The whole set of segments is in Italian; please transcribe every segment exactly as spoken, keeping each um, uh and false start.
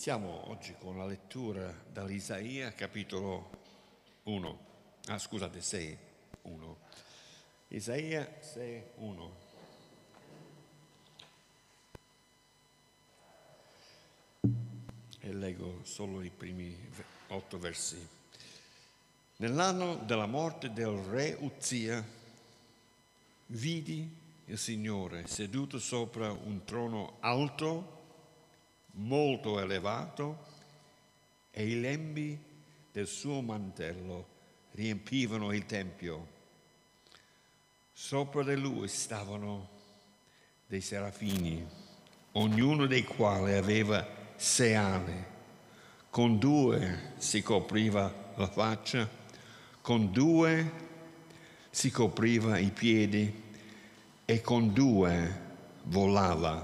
Iniziamo oggi con la lettura dall'Isaia, capitolo uno. Ah, scusate, sei, uno. Isaia sei, uno. E leggo solo i primi otto versi. Nell'anno della morte del re Uzia, vidi il Signore seduto sopra un trono alto, molto elevato, e i lembi del suo mantello riempivano il tempio. Sopra di lui stavano dei serafini, ognuno dei quali aveva sei ali. Con due si copriva la faccia, con due si copriva i piedi e con due volava.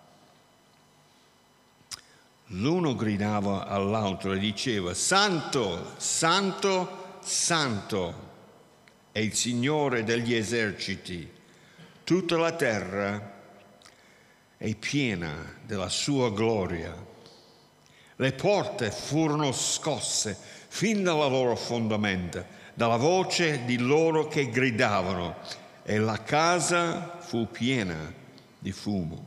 L'uno gridava all'altro e diceva: Santo, Santo, Santo è il Signore degli eserciti. Tutta la terra è piena della sua gloria. Le porte furono scosse fin dalla loro fondamenta, dalla voce di loro che gridavano, e la casa fu piena di fumo.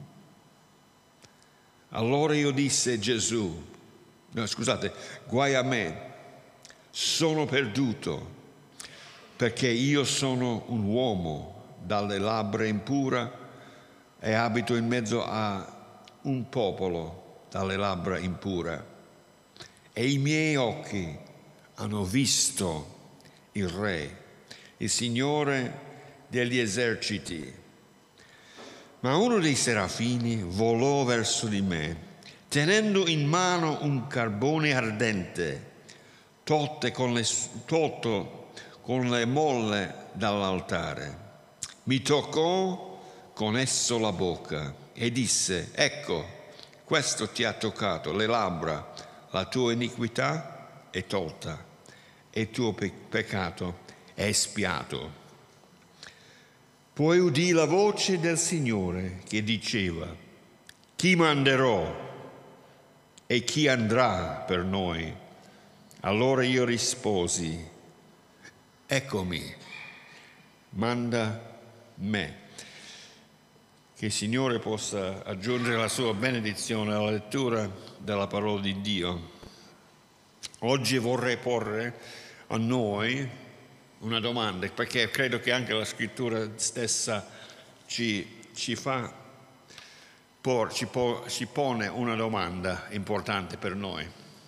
Allora io disse: Gesù, no, scusate, guai a me, sono perduto, perché io sono un uomo dalle labbra impura e abito in mezzo a un popolo dalle labbra impura. E i miei occhi hanno visto il Re, il Signore degli eserciti. Ma uno dei serafini volò verso di me, tenendo in mano un carbone ardente, tolto con le, tolto con le molle dall'altare. Mi toccò con esso la bocca e disse: ecco, questo ti ha toccato le labbra, la tua iniquità è tolta e il tuo pe- peccato è espiato. Poi udì la voce del Signore che diceva: chi manderò e chi andrà per noi? Allora io risposi: eccomi, manda me. Che il Signore possa aggiungere la sua benedizione alla lettura della parola di Dio. Oggi vorrei porre a noi una domanda, perché credo che anche la scrittura stessa ci, ci fa, por, ci, po, ci pone una domanda importante per noi.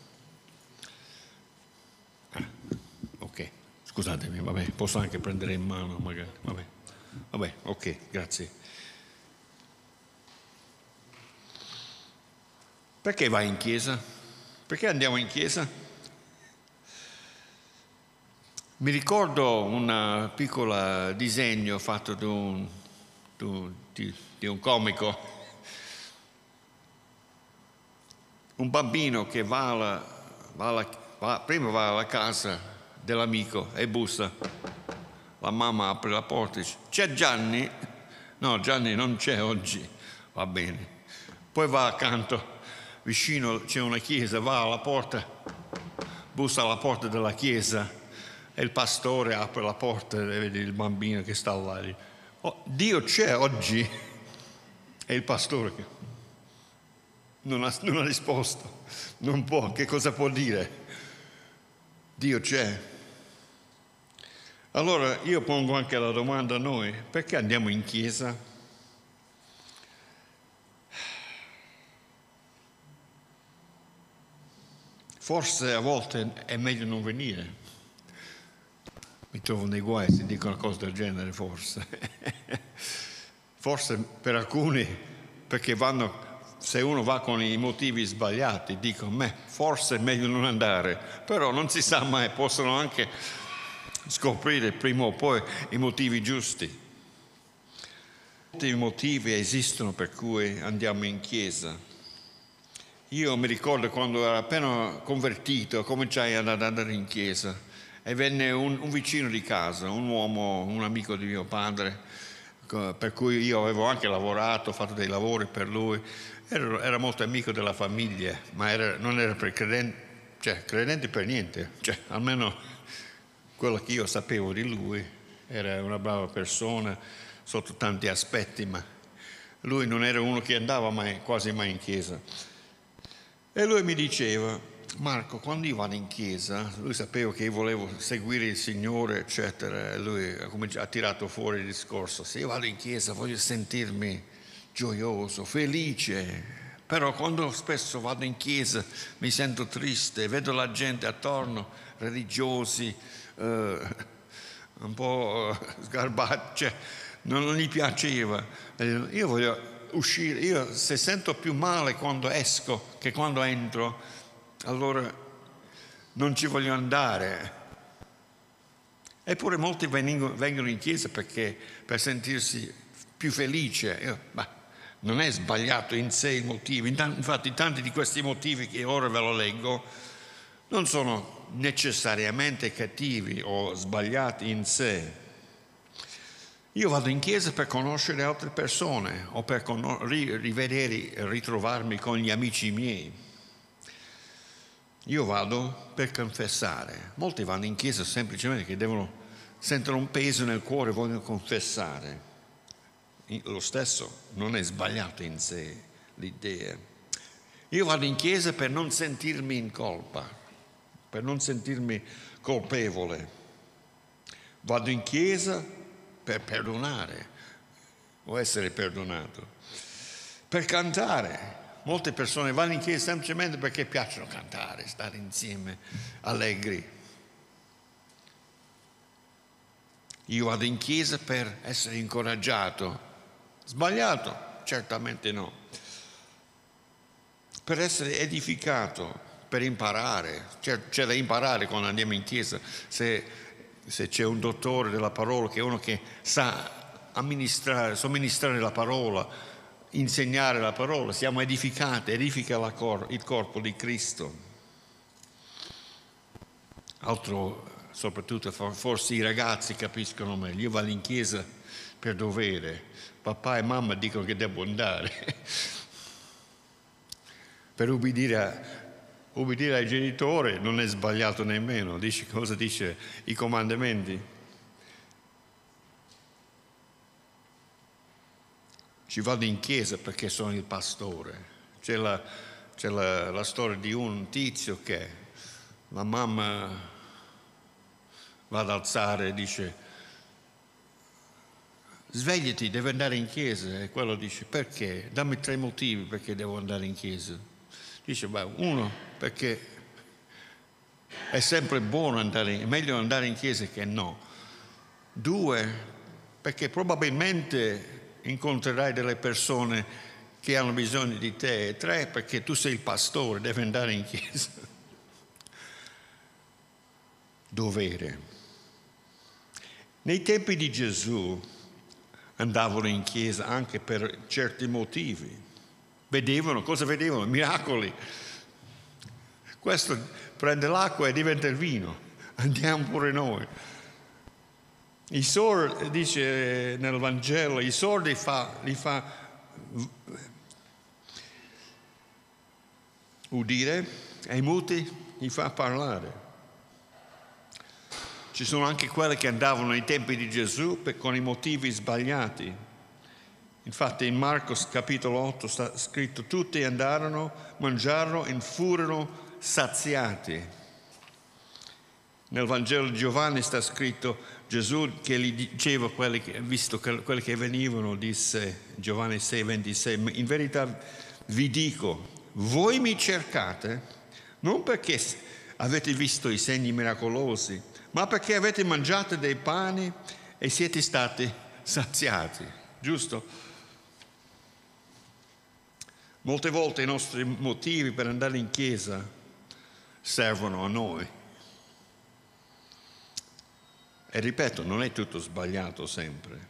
Ah, ok, scusatemi, vabbè, posso anche prendere in mano magari, vabbè, vabbè, ok, grazie. Perché vai in chiesa? Perché andiamo in chiesa? Mi ricordo un piccolo disegno fatto da un, di, di un comico, un bambino che va, alla, va, alla, va prima va alla casa dell'amico e bussa, la mamma apre la porta e dice: c'è Gianni? No, Gianni non c'è oggi, va bene. Poi va accanto, vicino c'è una chiesa, va alla porta, bussa alla porta della chiesa. E il pastore apre la porta e vede il bambino che sta là. Oh, Dio c'è oggi? E il pastore che non ha, non ha risposto, non può, che cosa può dire? Dio c'è. Allora io pongo anche la domanda a noi: perché andiamo in chiesa? Forse a volte è meglio non venire. Mi trovo nei guai se dico una cosa del genere, forse. Forse per alcuni, perché vanno, se uno va con i motivi sbagliati, dico: me, forse è meglio non andare, però non si sa mai, possono anche scoprire prima o poi i motivi giusti. Molti motivi esistono per cui andiamo in chiesa. Io mi ricordo quando ero appena convertito, cominciai ad andare in chiesa. E venne un, un vicino di casa, un uomo, un amico di mio padre, per cui io avevo anche lavorato, fatto dei lavori per lui, era, era molto amico della famiglia, ma era, non era per credente, cioè credente per niente, cioè, almeno quello che io sapevo di lui, era una brava persona sotto tanti aspetti, ma lui non era uno che andava mai, quasi mai in chiesa. E lui mi diceva: Marco, quando io vado in chiesa, lui sapeva che io volevo seguire il Signore, eccetera, e lui ha tirato fuori il discorso: se io vado in chiesa voglio sentirmi gioioso, felice, però quando spesso vado in chiesa mi sento triste, vedo la gente attorno, religiosi, eh, un po' sgarbati, cioè, non, non gli piaceva. Io voglio uscire, io se sento più male quando esco che quando entro, allora non ci voglio andare. Eppure molti vengono in chiesa perché per sentirsi più felice. Io, ma non è sbagliato in sé il motivo. Infatti tanti di questi motivi che ora ve lo leggo non sono necessariamente cattivi o sbagliati in sé. Io vado in chiesa per conoscere altre persone o per con- rivedere, ritrovarmi con gli amici miei. Io vado per confessare. Molti vanno in chiesa semplicemente che devono sentono un peso nel cuore e vogliono confessare. Lo stesso non è sbagliato in sé l'idea. Io vado in chiesa per non sentirmi in colpa, per non sentirmi colpevole. Vado in chiesa per perdonare o essere perdonato, per cantare. Molte persone vanno in chiesa semplicemente perché piacciono cantare, stare insieme, allegri. Io vado in chiesa per essere incoraggiato. Sbagliato? Certamente no. Per essere edificato, per imparare. C'è, c'è da imparare quando andiamo in chiesa. Se, se c'è un dottore della parola, che è uno che sa amministrare, somministrare la parola, insegnare la parola, siamo edificati, edifica la cor- il corpo di Cristo. Altro, soprattutto forse i ragazzi capiscono meglio. Io vado in chiesa per dovere, papà e mamma dicono che devo andare per ubbidire, a, ubbidire ai genitori non è sbagliato nemmeno. Dice cosa dice i comandamenti. Ci vado in chiesa perché sono il pastore. C'è la, c'è la, la storia di un tizio che la mamma va ad alzare e dice: svegliati, devi andare in chiesa. E quello dice: perché? Dammi tre motivi perché devo andare in chiesa. Dice: beh, uno, perché è sempre buono andare, è meglio andare in chiesa che no. Due, perché probabilmente incontrerai delle persone che hanno bisogno di te. E tre, perché tu sei il pastore, devi andare in chiesa. Dovere. Nei tempi di Gesù andavano in chiesa anche per certi motivi. Vedevano, cosa vedevano? Miracoli. Questo prende l'acqua e diventa il vino. Andiamo pure noi. I sordi, dice nel Vangelo, i sordi fa, li fa udire e i muti li fa parlare. Ci sono anche quelli che andavano ai tempi di Gesù per, con i motivi sbagliati. Infatti in Marco capitolo otto sta scritto: tutti andarono, mangiarono e furono saziati. Nel Vangelo di Giovanni sta scritto Gesù che gli diceva, quelli che, visto che, quelli che venivano, disse Giovanni sei ventisei: in verità vi dico, voi mi cercate non perché avete visto i segni miracolosi, ma perché avete mangiato dei pani e siete stati saziati. Giusto? Molte volte i nostri motivi per andare in chiesa servono a noi. E ripeto, non è tutto sbagliato sempre.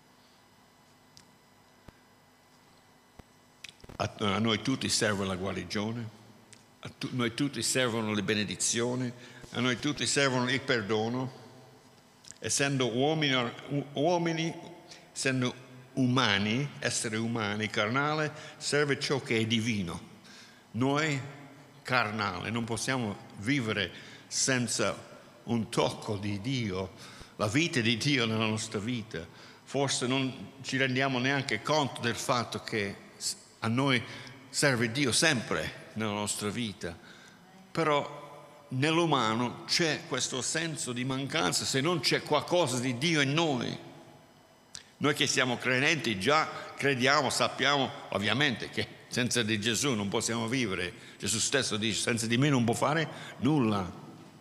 A, a noi tutti serve la guarigione, a tu, noi tutti servono le benedizioni, a noi tutti servono il perdono. Essendo uomini, uomini essendo umani, essere umani, carnale, serve ciò che è divino. Noi, carnale, non possiamo vivere senza un tocco di Dio, la vita di Dio nella nostra vita. Forse non ci rendiamo neanche conto del fatto che a noi serve Dio sempre nella nostra vita, però nell'umano c'è questo senso di mancanza se non c'è qualcosa di Dio in noi. Noi che siamo credenti già crediamo, sappiamo ovviamente che senza di Gesù non possiamo vivere. Gesù stesso dice: senza di me non può fare nulla.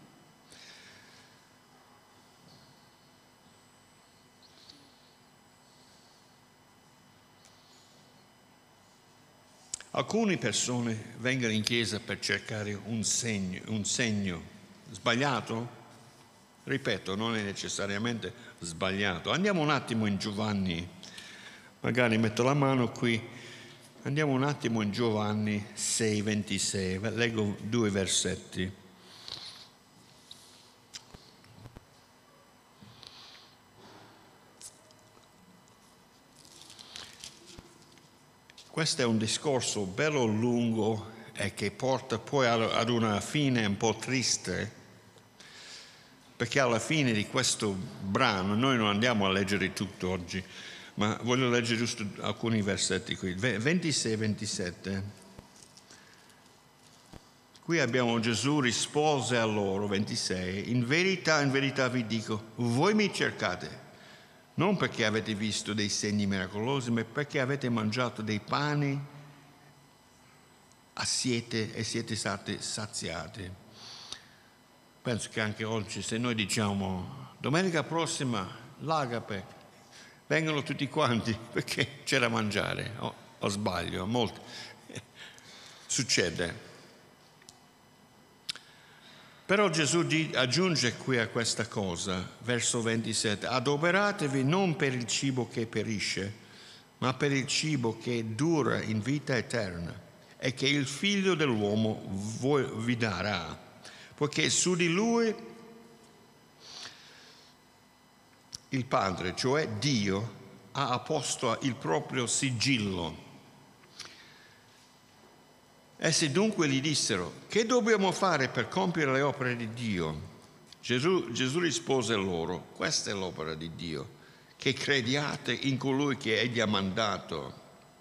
Alcune persone vengono in chiesa per cercare un segno, un segno sbagliato? Ripeto, non è necessariamente sbagliato. Andiamo un attimo in Giovanni, magari metto la mano qui, andiamo un attimo in Giovanni sei ventisei, leggo due versetti. Questo è un discorso bello lungo e che porta poi ad una fine un po' triste, perché alla fine di questo brano, noi non andiamo a leggere tutto oggi, ma voglio leggere giusto alcuni versetti qui, ventisei ventisette. Qui abbiamo Gesù rispose a loro, ventisei, in verità, in verità vi dico, voi mi cercate, non perché avete visto dei segni miracolosi, ma perché avete mangiato dei pani a siete e siete stati saziati. Penso che anche oggi, se noi diciamo domenica prossima l'Agape, vengono tutti quanti perché c'è da mangiare, o, o sbaglio, molto. Succede. Però Gesù aggiunge qui a questa cosa, verso ventisette, adoperatevi non per il cibo che perisce, ma per il cibo che dura in vita eterna e che il Figlio dell'uomo vi darà, poiché su di lui il Padre, cioè Dio, ha apposto il proprio sigillo. Essi dunque gli dissero, che dobbiamo fare per compiere le opere di Dio? Gesù, Gesù rispose loro, questa è l'opera di Dio, che crediate in colui che egli ha mandato.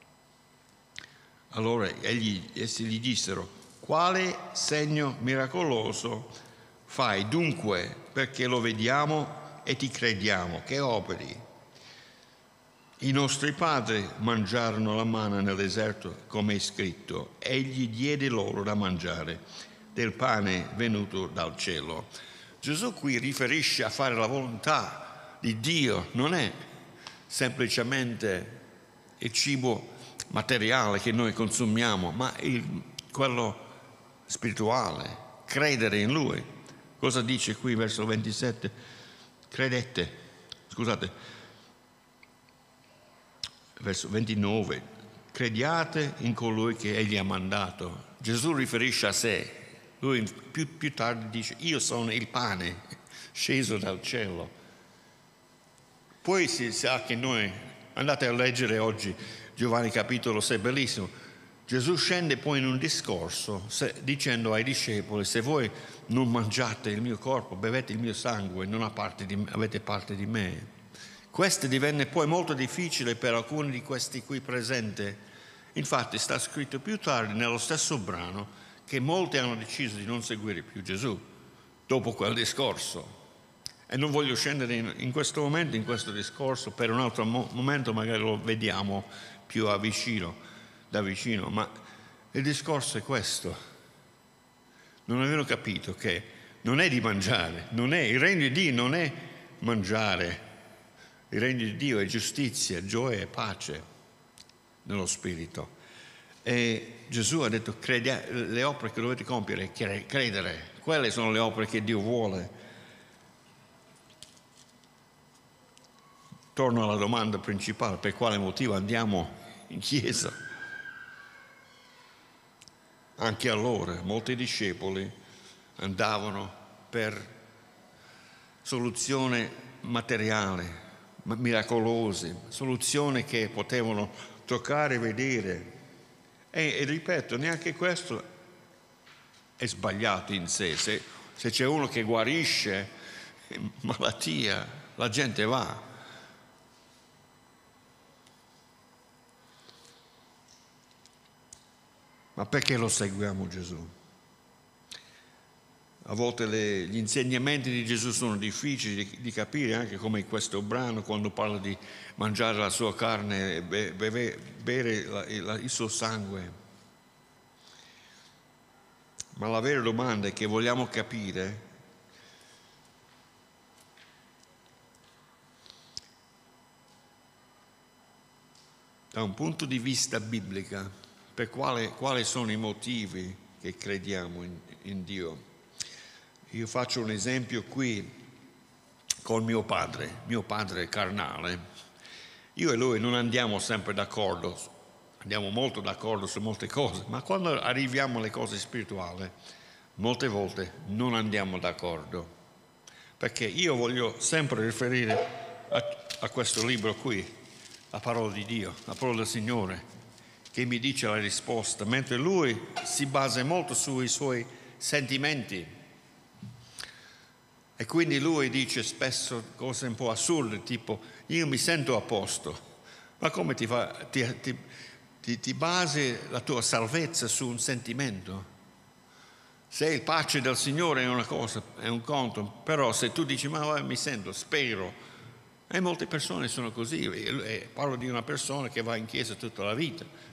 Allora egli, essi gli dissero, quale segno miracoloso fai dunque perché lo vediamo e ti crediamo? Che operi? I nostri padri mangiarono la manna nel deserto, come è scritto, egli diede loro da mangiare del pane venuto dal cielo. Gesù qui riferisce a fare la volontà di Dio, non è semplicemente il cibo materiale che noi consumiamo, ma il, quello spirituale, credere in Lui. Cosa dice qui verso ventisette? Credete, scusate, verso ventinove, crediate in colui che egli ha mandato. Gesù riferisce a sé, lui più, più tardi dice, io sono il pane sceso dal cielo. Poi si sa che noi, andate a leggere oggi Giovanni capitolo sei, bellissimo, Gesù scende poi in un discorso se, dicendo ai discepoli, se voi non mangiate il mio corpo, bevete il mio sangue, non ha parte di, avete parte di me. Questo divenne poi molto difficile per alcuni di questi qui presenti. Infatti sta scritto più tardi nello stesso brano che molti hanno deciso di non seguire più Gesù dopo quel discorso. E non voglio scendere in, in questo momento, in questo discorso, per un altro mo- momento magari lo vediamo più a vicino, da vicino, ma il discorso è questo. Non avevano capito che non è di mangiare, non è, il regno di Dio non è mangiare. Il regno di Dio è giustizia, gioia e pace nello Spirito. E Gesù ha detto, le opere che dovete compiere è credere. Quelle sono le opere che Dio vuole. Torno alla domanda principale, per quale motivo andiamo in chiesa? Anche allora molti discepoli andavano per soluzione materiale, miracolose, soluzioni che potevano toccare e vedere. E, e ripeto, neanche questo è sbagliato in sé. Se, se c'è uno che guarisce malattia, la gente va. Ma perché lo seguiamo Gesù? A volte le, gli insegnamenti di Gesù sono difficili di, di capire, anche come in questo brano, quando parla di mangiare la sua carne e be, beve, bere la, la, il suo sangue. Ma la vera domanda è che vogliamo capire da un punto di vista biblico per quale, quali sono i motivi che crediamo in, in Dio. Io faccio un esempio qui con mio padre, mio padre carnale. Io e lui non andiamo sempre d'accordo, andiamo molto d'accordo su molte cose, ma quando arriviamo alle cose spirituali, molte volte non andiamo d'accordo. Perché io voglio sempre riferire a, a questo libro qui, la parola di Dio, la parola del Signore, che mi dice la risposta, mentre lui si basa molto sui suoi sentimenti. E quindi lui dice spesso cose un po' assurde, tipo io mi sento a posto. Ma come ti, fa, ti, ti, ti, ti basi la tua salvezza su un sentimento? Se il pace del Signore è una cosa, è un conto, però se tu dici ma mi sento, spero, e molte persone sono così, e parlo di una persona che va in chiesa tutta la vita.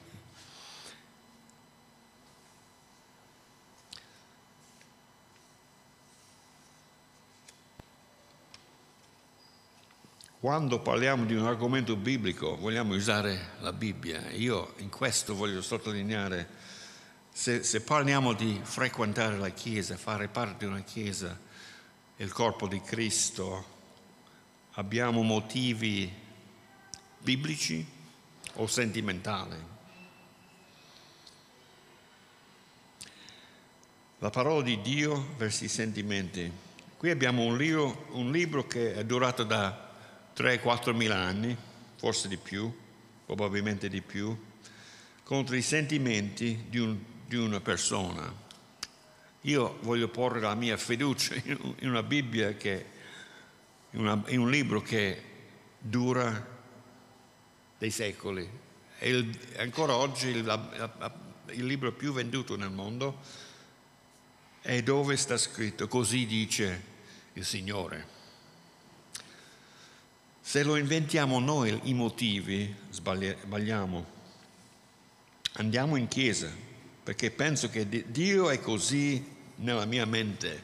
Quando parliamo di un argomento biblico vogliamo usare la Bibbia. Io in questo voglio sottolineare, se, se parliamo di frequentare la Chiesa, fare parte di una Chiesa, il corpo di Cristo, abbiamo motivi biblici o sentimentali? La parola di Dio verso i sentimenti. Qui abbiamo un libro, un libro che è durato da tre quattro mila anni, forse di più, probabilmente di più, contro i sentimenti di, un, di una persona. Io voglio porre la mia fiducia in una Bibbia, che, in, una, in un libro che dura dei secoli. È il, ancora oggi il, la, il libro più venduto nel mondo, è dove sta scritto, così dice il Signore. Se lo inventiamo noi i motivi, sbagliamo. Andiamo in chiesa, perché penso che Dio è così nella mia mente.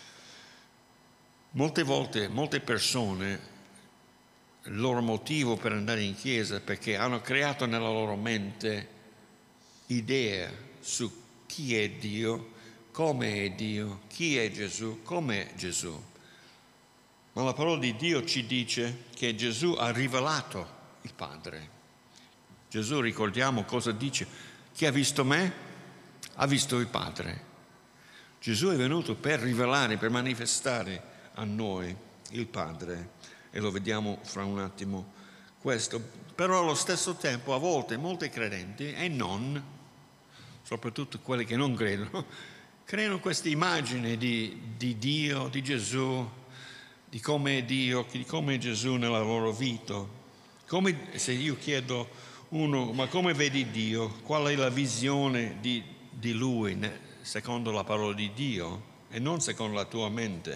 Molte volte, molte persone, il loro motivo per andare in chiesa è perché hanno creato nella loro mente idee su chi è Dio, come è Dio, chi è Gesù, come è Gesù. Ma la parola di Dio ci dice che Gesù ha rivelato il Padre. Gesù, ricordiamo cosa dice: chi ha visto me ha visto il Padre. Gesù è venuto per rivelare, per manifestare a noi il Padre, e lo vediamo fra un attimo questo. Però allo stesso tempo a volte molti credenti e non, soprattutto quelli che non credono, creano questa immagine di, di Dio, di Gesù, di come è Dio, di come è Gesù nella loro vita. Come, se io chiedo uno, ma come vedi Dio? Qual è la visione di, di Lui secondo la parola di Dio e non secondo la tua mente?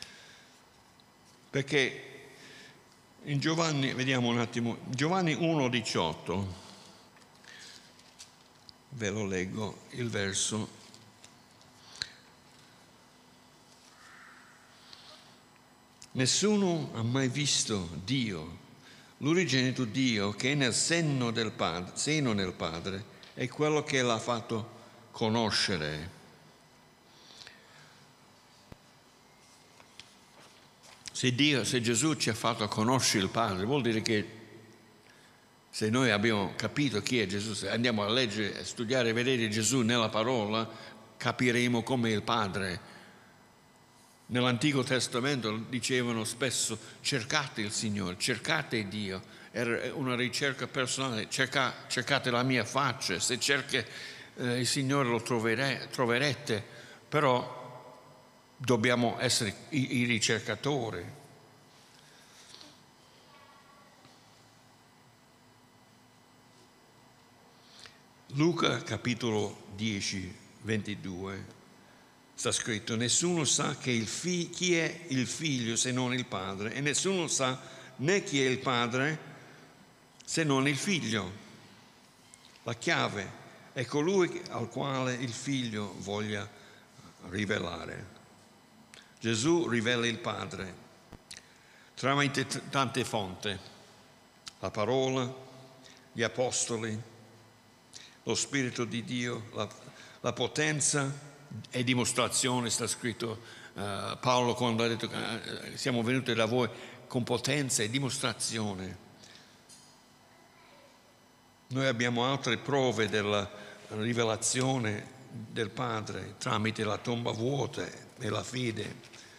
Perché in Giovanni, vediamo un attimo, Giovanni uno diciotto, ve lo leggo il verso. Nessuno ha mai visto Dio, l'unigenito Dio che è nel seno del Padre, seno nel Padre, è quello che l'ha fatto conoscere. Se Dio, se Gesù ci ha fatto conoscere il Padre, vuol dire che se noi abbiamo capito chi è Gesù, se andiamo a leggere, a studiare e vedere Gesù nella parola, capiremo come il Padre. Nell'Antico Testamento dicevano spesso cercate il Signore, cercate Dio, era una ricerca personale, cerca, cercate la mia faccia, se cerchi eh, il Signore lo trovere, troverete, però dobbiamo essere i, i ricercatori. Luca capitolo dieci, ventidue. Sta scritto, nessuno sa che il fi- chi è il figlio se non il padre, e nessuno sa né chi è il padre se non il figlio. La chiave è colui al quale il figlio voglia rivelare. Gesù rivela il Padre tramite t- tante fonti, la parola, gli apostoli, lo Spirito di Dio, la, la potenza e dimostrazione. Sta scritto uh, Paolo quando ha detto che uh, siamo venuti da voi con potenza e dimostrazione. Noi abbiamo altre prove della rivelazione del Padre tramite la tomba vuota e la fede.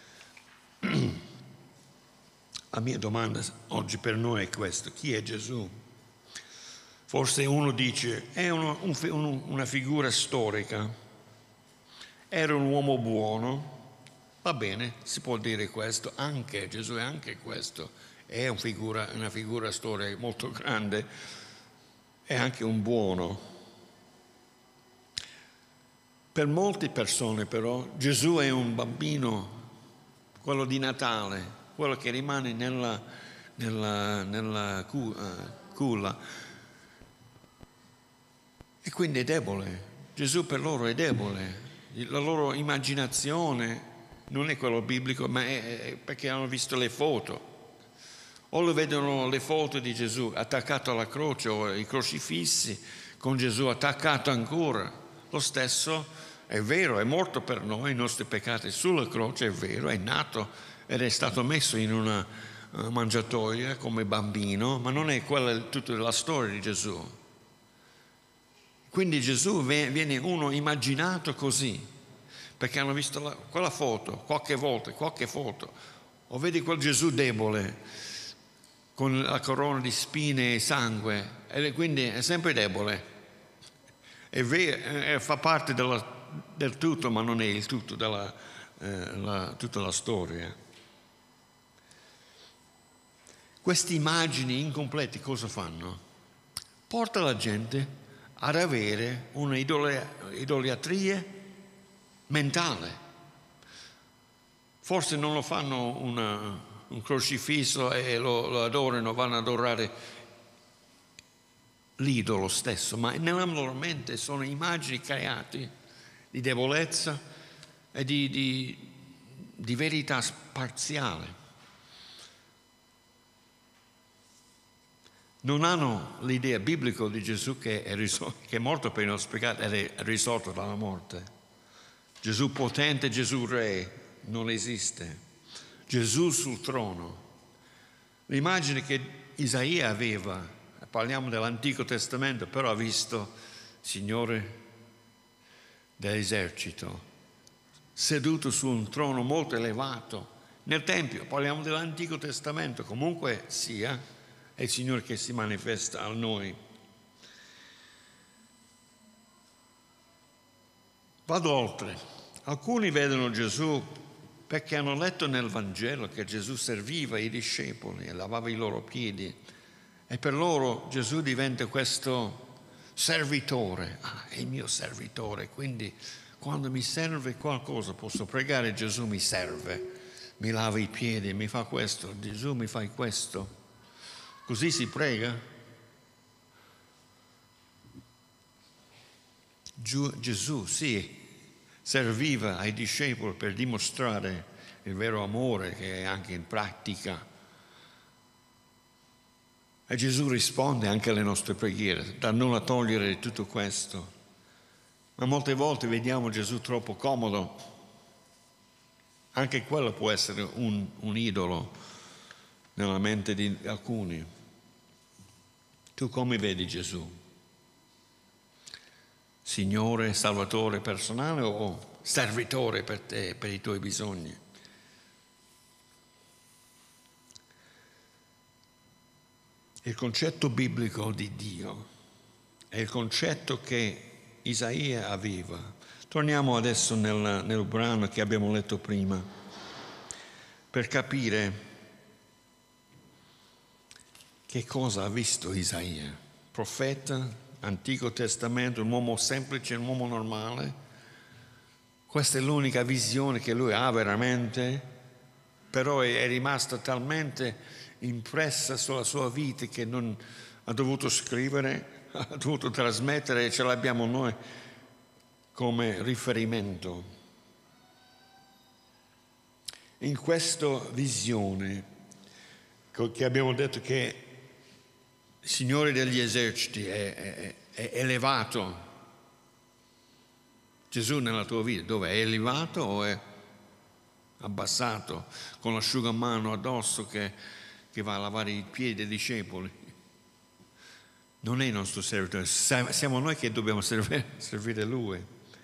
La mia domanda oggi per noi è questa: chi è Gesù? Forse uno dice è uno, un, una figura storica. Era un uomo buono, va bene, si può dire questo, anche Gesù è anche questo, è un figura, una figura storica molto grande, è anche un buono. Per molte persone però Gesù è un bambino, quello di Natale, quello che rimane nella, nella, nella culla, e quindi è debole. Gesù per loro è debole. La loro immaginazione non è quello biblico, ma è perché hanno visto le foto. O lo vedono le foto di Gesù attaccato alla croce o i crocifissi con Gesù attaccato ancora. Lo stesso è vero, è morto per noi, i nostri peccati sulla croce, è vero, è nato ed è stato messo in una mangiatoia come bambino, ma non è quella tutta la storia di Gesù. Quindi Gesù viene uno immaginato così, perché hanno visto la, quella foto, qualche volta, qualche foto, o vedi quel Gesù debole, con la corona di spine e sangue, e quindi è sempre debole, è vero, è, fa parte della, del tutto, ma non è il tutto della eh, la, tutta la storia. Queste immagini incomplete cosa fanno? Porta la gente ad avere una idolatria mentale. Forse non lo fanno una, un crocifisso e lo, lo adorano, vanno ad adorare l'idolo stesso, ma nella loro mente sono immagini create di debolezza e di, di, di verità parziale. Non hanno l'idea biblica di Gesù che è, risolto, che è morto per i nostri peccati ed è risolto dalla morte. Gesù potente, Gesù re, non esiste. Gesù sul trono. L'immagine che Isaia aveva, parliamo dell'Antico Testamento, però ha visto Signore dell'esercito, seduto su un trono molto elevato. Nel Tempio, parliamo dell'Antico Testamento, comunque sia, è il Signore che si manifesta a noi. Vado oltre. Alcuni vedono Gesù perché hanno letto nel Vangelo che Gesù serviva i discepoli e lavava i loro piedi, e per loro Gesù diventa questo servitore. Ah, è il mio servitore, quindi quando mi serve qualcosa posso pregare, Gesù mi serve, mi lava i piedi, mi fa questo, Gesù mi fai questo. Così si prega? Gesù sì, serviva ai discepoli per dimostrare il vero amore che è anche in pratica. E Gesù risponde anche alle nostre preghiere, da nulla togliere di tutto questo. Ma molte volte vediamo Gesù troppo comodo. Anche quello può essere un, un idolo nella mente di alcuni. Tu come vedi Gesù? Signore, Salvatore personale o servitore per te, per i tuoi bisogni? il concetto biblico di Dio è il concetto che Isaia aveva. Torniamo adesso nel, nel brano che abbiamo letto prima per capire che cosa ha visto Isaia, profeta, Antico Testamento, un uomo semplice, un uomo normale. Questa è l'unica visione che lui ha veramente, però è, è rimasta talmente impressa sulla sua vita che non ha dovuto scrivere, ha dovuto trasmettere e ce l'abbiamo noi come riferimento. In questa visione che abbiamo detto che il Signore degli eserciti è, è, è elevato. Gesù nella tua vita dove è elevato o è abbassato con l'asciugamano addosso che, che va a lavare i piedi dei discepoli? Non è il nostro servitore, siamo noi che dobbiamo servire, servire Lui.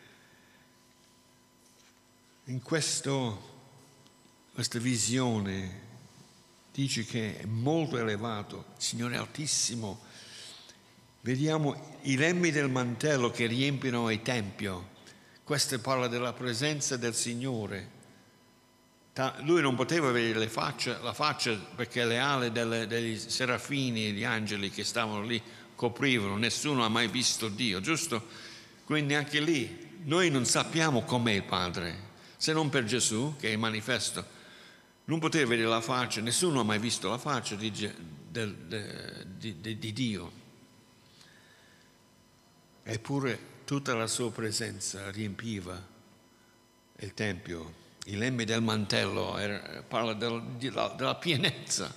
In questo, questa visione dice che è molto elevato, il Signore è altissimo. Vediamo i lembi del mantello che riempiono il Tempio. Questo parla della presenza del Signore. Lui non poteva vedere le facce, la faccia perché le ali delle, degli serafini e gli angeli che stavano lì coprivano. Nessuno ha mai visto Dio, giusto? Quindi anche lì noi non sappiamo com'è il Padre, se non per Gesù che è manifesto. Non poteva vedere la faccia, nessuno ha mai visto la faccia di, di, di, di Dio. Eppure tutta la sua presenza riempiva il Tempio. I lembi del mantello era, parla del, della, della pienezza.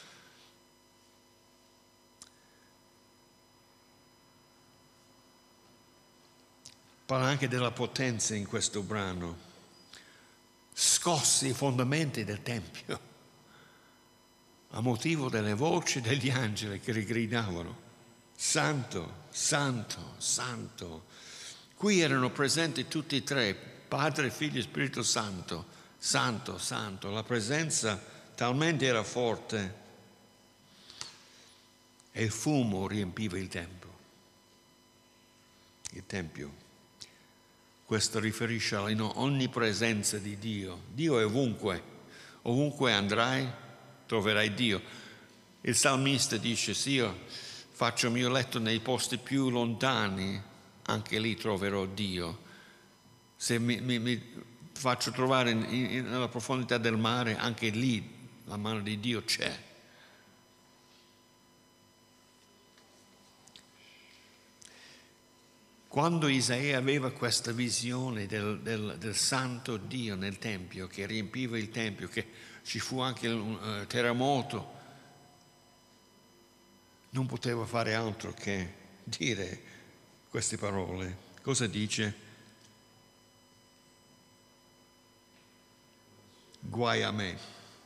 Parla anche della potenza in questo brano. Scossi i fondamenti del Tempio a motivo delle voci degli angeli che rigridavano: Santo, Santo, Santo. Qui erano presenti tutti e tre, Padre, Figlio e Spirito Santo. Santo, Santo. La presenza talmente era forte e il fumo riempiva il Tempio. Il Tempio. Questo riferisce all'onnipresenza di Dio. Dio è ovunque. Ovunque andrai, troverai Dio. Il salmista dice: se io faccio il mio letto nei posti più lontani, anche lì troverò Dio. Se mi, mi, mi faccio trovare in, in, nella profondità del mare, anche lì la mano di Dio c'è. Quando Isaia aveva questa visione del, del, del santo Dio nel Tempio, che riempiva il Tempio, che ci fu anche un uh, terremoto, non poteva fare altro che dire queste parole. Cosa dice? Guai a me.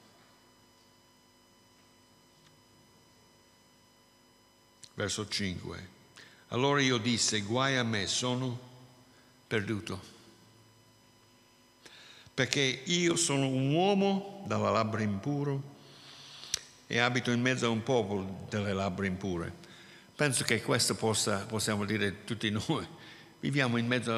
Verso cinque. Allora io disse: guai a me, sono perduto, perché io sono un uomo dalle labbra impuro e abito in mezzo a un popolo delle labbra impure. Penso che questo possa, possiamo dire tutti noi. Viviamo in mezzo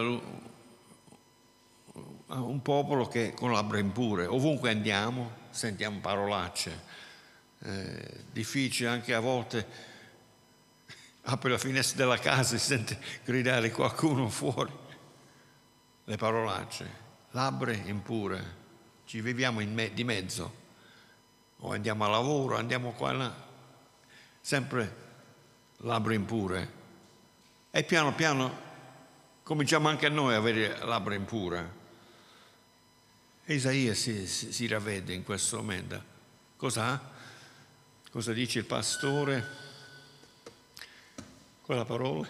a un popolo che con labbra impure. Ovunque andiamo sentiamo parolacce. Eh, difficile anche a volte. Apre la finestra della casa e sente gridare qualcuno fuori. Le parolacce, labbra impure, ci viviamo in me, di mezzo. O andiamo a lavoro, andiamo qua e là, sempre labbra impure. E piano piano cominciamo anche a noi a avere labbra impure. Isaia si, si, si ravvede in questo momento. Cosa ha? Cosa dice il pastore? Quella parola?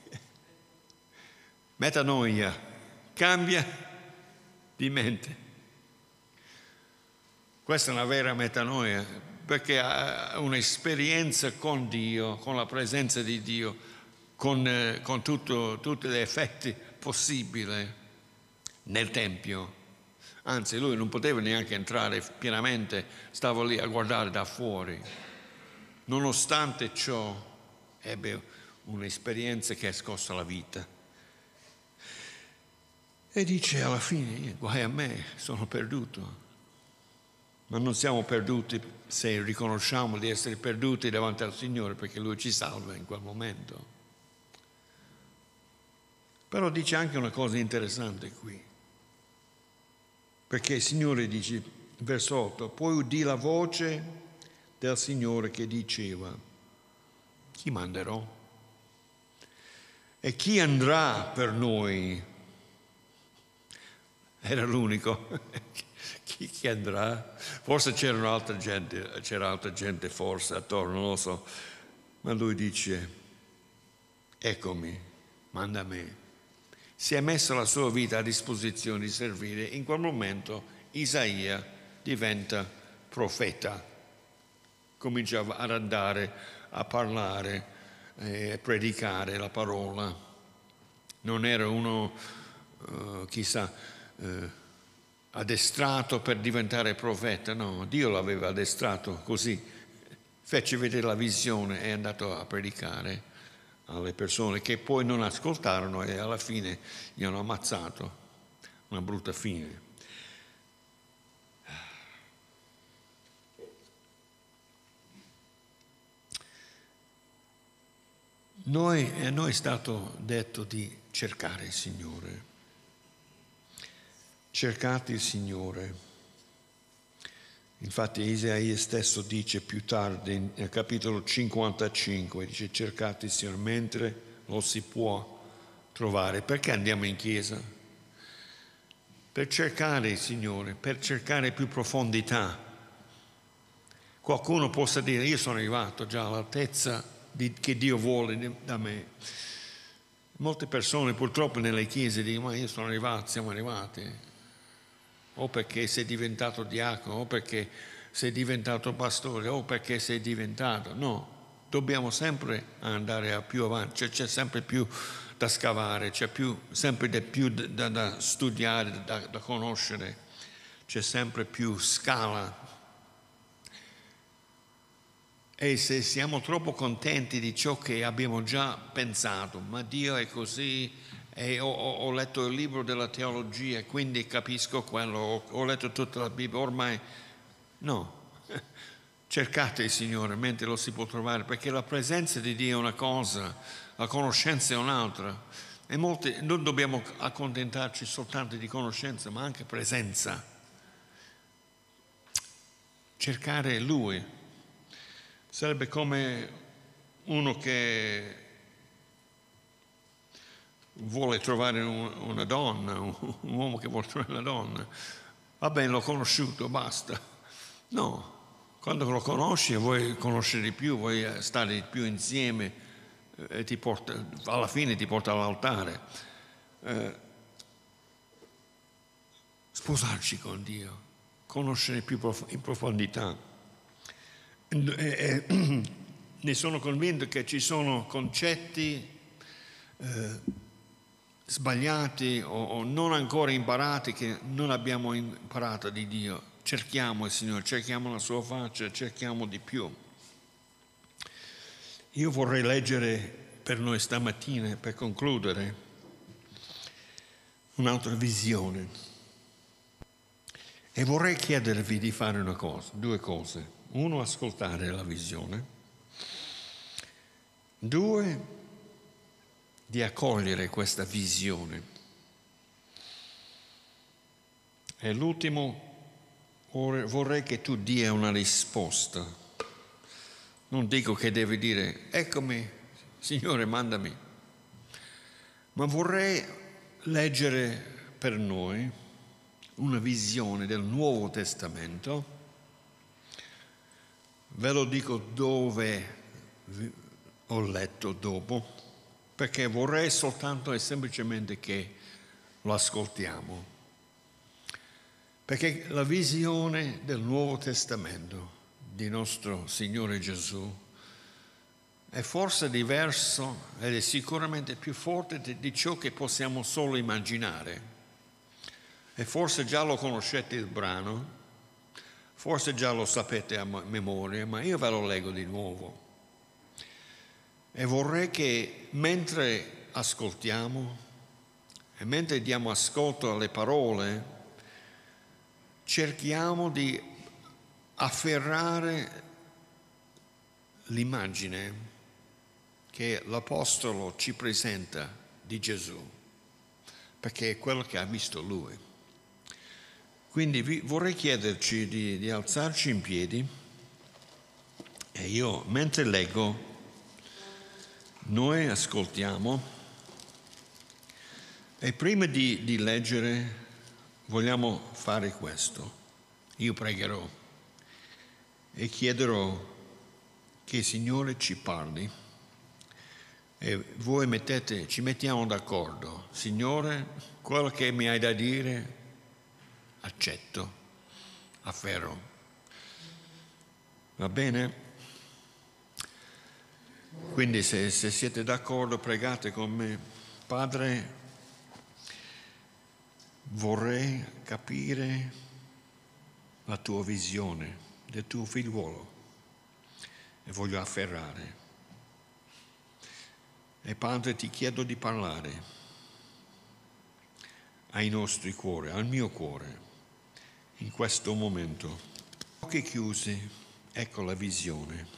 Metanoia, cambia di mente. Questa è una vera metanoia, perché ha un'esperienza con Dio, con la presenza di Dio, con, eh, con tutto, tutti gli effetti possibili nel Tempio. Anzi, lui non poteva neanche entrare pienamente, stava lì a guardare da fuori. nonostante ciò ebbe un'esperienza che ha scosso la vita. E dice alla fine, guai a me, sono perduto. Ma non siamo perduti se riconosciamo di essere perduti davanti al Signore, perché Lui ci salva in quel momento. Però dice anche una cosa interessante qui, perché il Signore dice, verso otto, poi udì la voce del Signore che diceva, chi manderò? E chi andrà per noi? Era l'unico. Chi, chi andrà? Forse c'era altra gente, c'era altra gente forse attorno, non lo so. Ma lui dice, eccomi, manda a me. Si è messo la sua vita a disposizione di servire. In quel momento Isaia diventa profeta. Comincia ad andare a parlare e a predicare la parola. Non era uno, uh, chissà, uh, addestrato per diventare profeta, no, Dio l'aveva addestrato così, fece vedere la visione e è andato a predicare alle persone che poi non ascoltarono e alla fine gli hanno ammazzato, una brutta fine. Noi, a noi è stato detto di cercare il Signore. Cercate il Signore. Infatti Isaia stesso dice più tardi, nel capitolo cinquantacinque, dice cercate il Signore mentre lo si può trovare. Perché andiamo in chiesa? Per cercare il Signore, per cercare più profondità. Qualcuno possa dire, io sono arrivato già all'altezza di, che Dio vuole da me. Molte persone purtroppo nelle chiese dicono, ma io sono arrivato, siamo arrivati. O perché sei diventato diacono, o perché sei diventato pastore, o perché sei diventato. No, dobbiamo sempre andare a più avanti, cioè, c'è sempre più da scavare, c'è più, sempre di più da, da studiare, da, da conoscere, c'è sempre più scala. E se siamo troppo contenti di ciò che abbiamo già pensato, ma Dio è così, e ho, ho letto il libro della teologia e quindi capisco quello, ho, ho letto tutta la Bibbia, ormai no. Cercate il Signore mentre lo si può trovare, perché la presenza di Dio è una cosa, la conoscenza è un'altra. E molti, non dobbiamo accontentarci soltanto di conoscenza, ma anche presenza. Cercare Lui. Sarebbe come uno che vuole trovare una donna, un uomo che vuole trovare una donna. Va bene, l'ho conosciuto, basta. No, quando lo conosci e vuoi conoscere di più, vuoi stare di più insieme, e ti porta, alla fine ti porta all'altare. Eh, sposarci con Dio, conoscere più in profondità. E, e, ne sono convinto che ci sono concetti eh, sbagliati o, o non ancora imparati che non abbiamo imparato di Dio. Cerchiamo il Signore, cerchiamo la sua faccia, cerchiamo di più. Io vorrei leggere per noi stamattina, per concludere, un'altra visione e vorrei chiedervi di fare una cosa, due cose. Uno, ascoltare la visione. Due, di accogliere questa visione. E l'ultimo, vorrei che tu dia una risposta. Non dico che devi dire, eccomi, Signore, mandami. Ma vorrei leggere per noi una visione del Nuovo Testamento. Ve lo dico dove ho letto dopo, perché vorrei soltanto e semplicemente che lo ascoltiamo. Perché la visione del Nuovo Testamento di nostro Signore Gesù è forse diverso ed è sicuramente più forte di ciò che possiamo solo immaginare. E forse già lo conoscete il brano. forse già lo sapete a memoria, ma io ve lo leggo di nuovo. E vorrei che mentre ascoltiamo e mentre diamo ascolto alle parole, cerchiamo di afferrare l'immagine che l'Apostolo ci presenta di Gesù, perché è quello che ha visto lui. Quindi vi, vorrei chiederci di, di alzarci in piedi e io, mentre leggo, noi ascoltiamo e prima di, di leggere vogliamo fare questo. Io pregherò e chiederò che il Signore ci parli e voi mettete, ci mettiamo d'accordo. Signore, quello che mi hai da dire accetto, afferro. Va bene? Quindi se, se siete d'accordo pregate con me. Padre, vorrei capire la tua visione del tuo figliuolo e voglio afferrare. E Padre, ti chiedo di parlare ai nostri cuori, al mio cuore, in questo momento. Occhi chiusi, ecco la visione.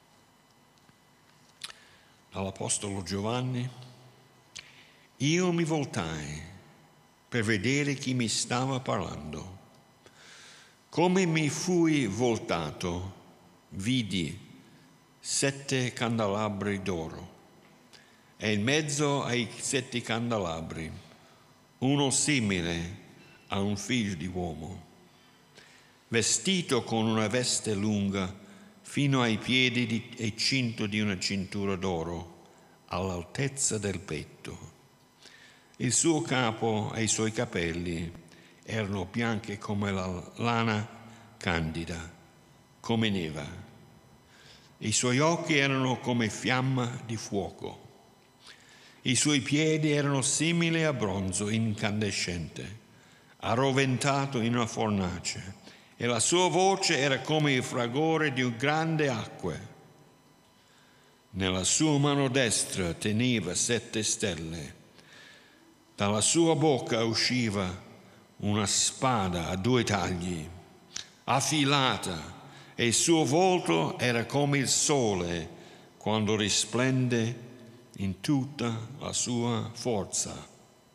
All'Apostolo Giovanni, io mi voltai per vedere chi mi stava parlando. Come mi fui voltato, vidi sette candelabri d'oro e in mezzo ai sette candelabri uno simile a un figlio di uomo, vestito con una veste lunga fino ai piedi di, e cinto di una cintura d'oro all'altezza del petto. Il suo capo e i suoi capelli erano bianchi come la lana candida, come neve. I suoi occhi erano come fiamma di fuoco. I suoi piedi erano simili a bronzo incandescente, arroventato in una fornace, e la sua voce era come il fragore di grandi acque. Nella sua mano destra teneva sette stelle. Dalla sua bocca usciva una spada a due tagli, affilata, e il suo volto era come il sole quando risplende in tutta la sua forza.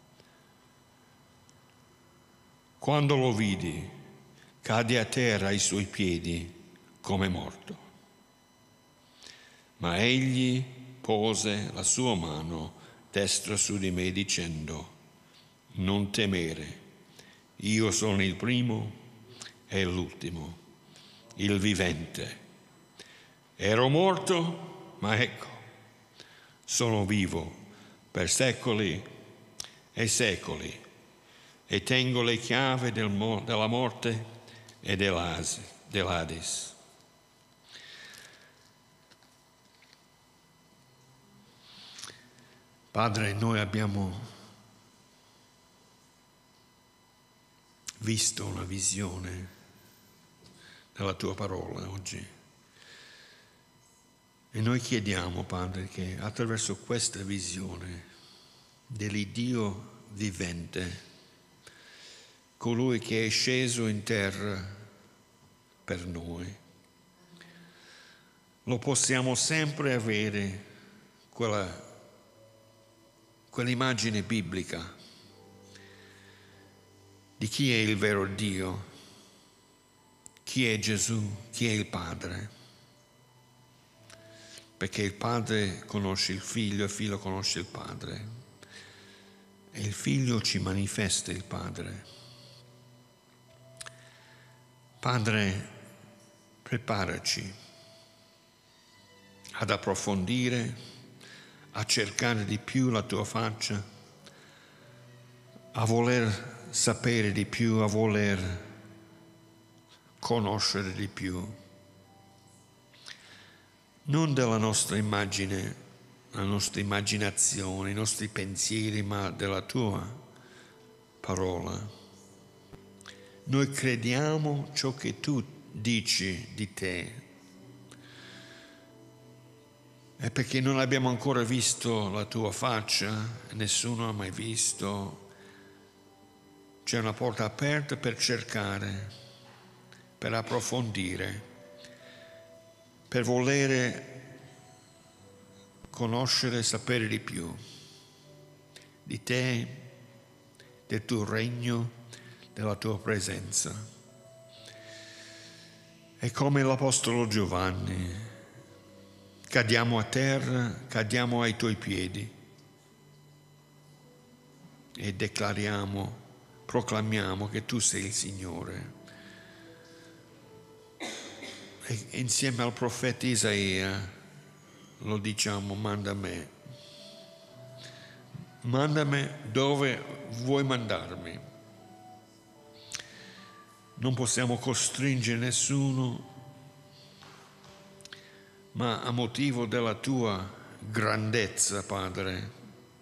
Quando lo vidi, cadde a terra ai suoi piedi come morto. Ma egli pose la sua mano destra su di me dicendo: non temere, io sono il primo e l'ultimo, il vivente. Ero morto, ma ecco, sono vivo per secoli e secoli e tengo le chiavi del mo- della morte e dell'Adis. Padre, noi abbiamo visto una visione della tua parola oggi e noi chiediamo, Padre, che attraverso questa visione dell'Iddio vivente, colui che è sceso in terra per noi, lo possiamo sempre avere quella quell'immagine biblica di chi è il vero Dio, chi è Gesù, chi è il Padre. Perché il Padre conosce il Figlio, il Figlio conosce il Padre e il Figlio ci manifesta il Padre. Padre, preparaci ad approfondire, a cercare di più la tua faccia, a voler sapere di più, a voler conoscere di più. Non della nostra immagine, la nostra immaginazione, i nostri pensieri, ma della tua parola. Noi crediamo ciò che tu dici di te. È perché non abbiamo ancora visto la tua faccia, nessuno ha mai visto. C'è una porta aperta per cercare, per approfondire, per volere conoscere e sapere di più di te, del tuo regno, della tua presenza. E come l'Apostolo Giovanni, cadiamo a terra, cadiamo ai tuoi piedi e declariamo, proclamiamo che tu sei il Signore. E insieme al profeta Isaia lo diciamo: manda me, mandami dove vuoi mandarmi. Non possiamo costringere nessuno, ma a motivo della tua grandezza, Padre,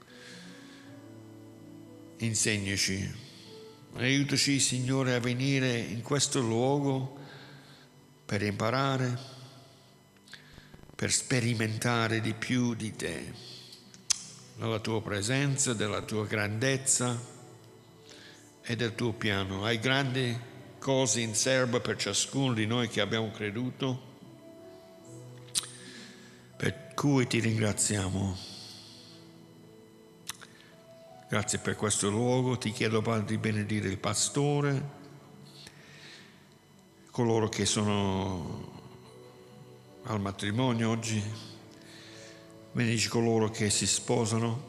insegnaci, aiutaci, Signore, a venire in questo luogo per imparare, per sperimentare di più di te, della tua presenza, della tua grandezza e del tuo piano. Hai grandi cose in serbo per ciascuno di noi che abbiamo creduto, per cui ti ringraziamo. Grazie per questo luogo. Ti chiedo, Padre, di benedire il pastore, coloro che sono al matrimonio oggi, benedici coloro che si sposano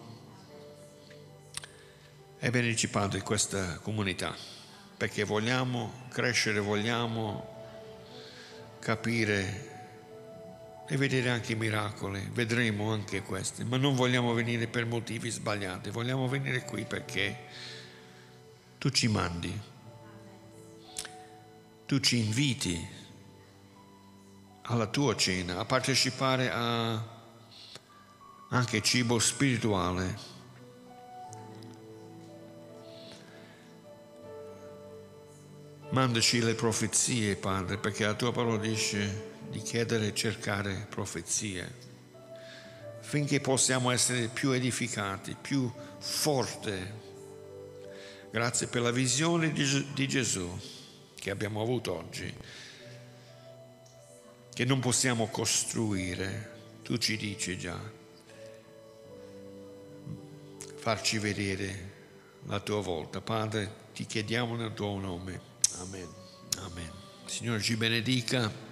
e benedici, Padre, questa comunità, perché vogliamo crescere, vogliamo capire e vedere anche i miracoli, vedremo anche questi, ma non vogliamo venire per motivi sbagliati, vogliamo venire qui perché tu ci mandi, tu ci inviti alla tua cena, a partecipare a anche cibo spirituale. Mandaci le profezie, Padre, perché la tua parola dice di chiedere e cercare profezie, finché possiamo essere più edificati, più forti. Grazie per la visione di Gesù che abbiamo avuto oggi, che non possiamo costruire, tu ci dici già, farci vedere la tua volta. Padre, ti chiediamo nel tuo nome. Amen. Amen. Il Signore ci benedica.